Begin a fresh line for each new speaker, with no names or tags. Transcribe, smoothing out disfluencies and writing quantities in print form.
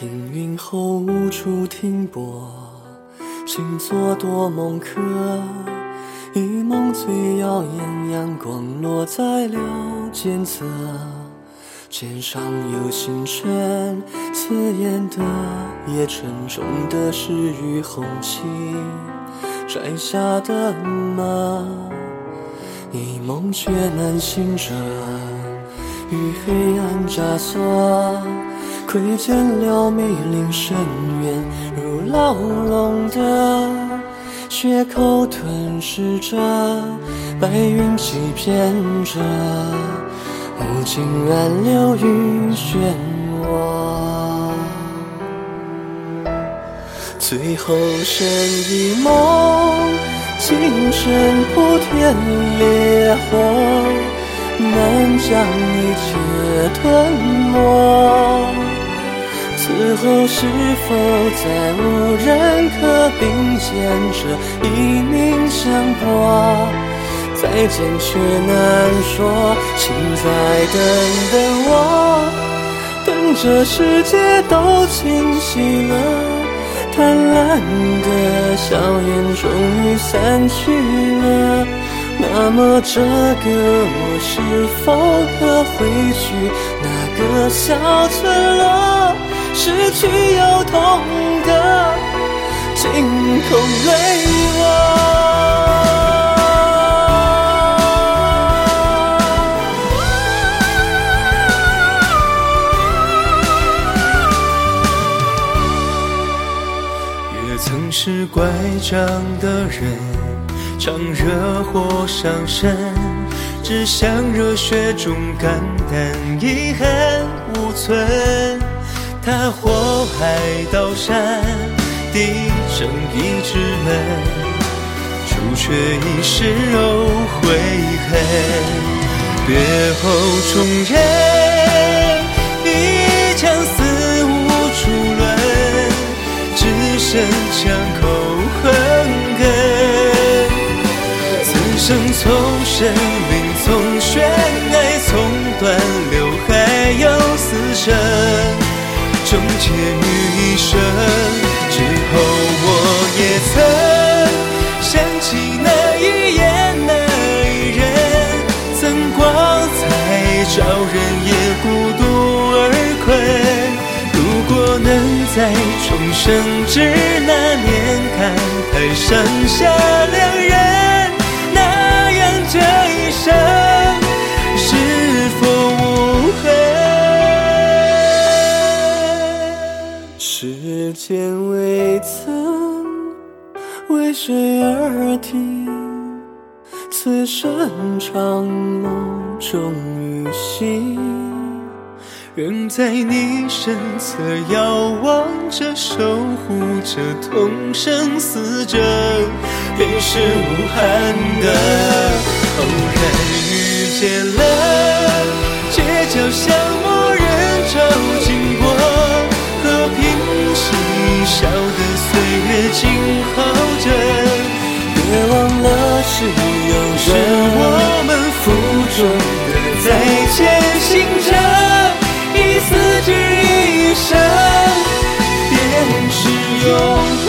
听云后无处停泊，星座多梦客，一梦最耀眼，阳光落在了肩侧，肩上有星辰，刺眼的也沉重的是雨红旗摘下的吗？一梦却难醒着，与黑暗枷锁，窥见了密林深渊，如牢笼的血口吞噬着，白云欺骗着，无尽燃流与漩涡，最后剩一梦，今生铺天烈火，难将一切吞没。此后是否再无人可并肩着一命相搏？再见却难说，请再等等我，等这世界都清晰了，贪婪的笑颜终于散去了，那么这个我是否可回去那个小村落，失去又痛的惊恐泪窝。
也曾是乖张的人，常热火伤身，只想热血中肝胆遗憾无存。他火海刀山，地正一直门，除却一世偶悔恨。别后重任，一将死无处论，只剩枪口横亘。此生从生命从悬崖，从断流还有死生，终结于一生。之后我也曾想起那一眼那一人，曾光彩照人也孤独而困。如果能在重生之那年看台上下两人，那样这一生是否无痕？
时间未曾为谁而停，此生长梦终于醒，
仍在你身侧遥望着，守护着，同生死争，便是无憾的。偶然遇见了，街角巷陌人潮经过，和平嬉笑的岁月静好着。
别忘了是有人
我们负重的在前行着，一死之一生，便是永恒。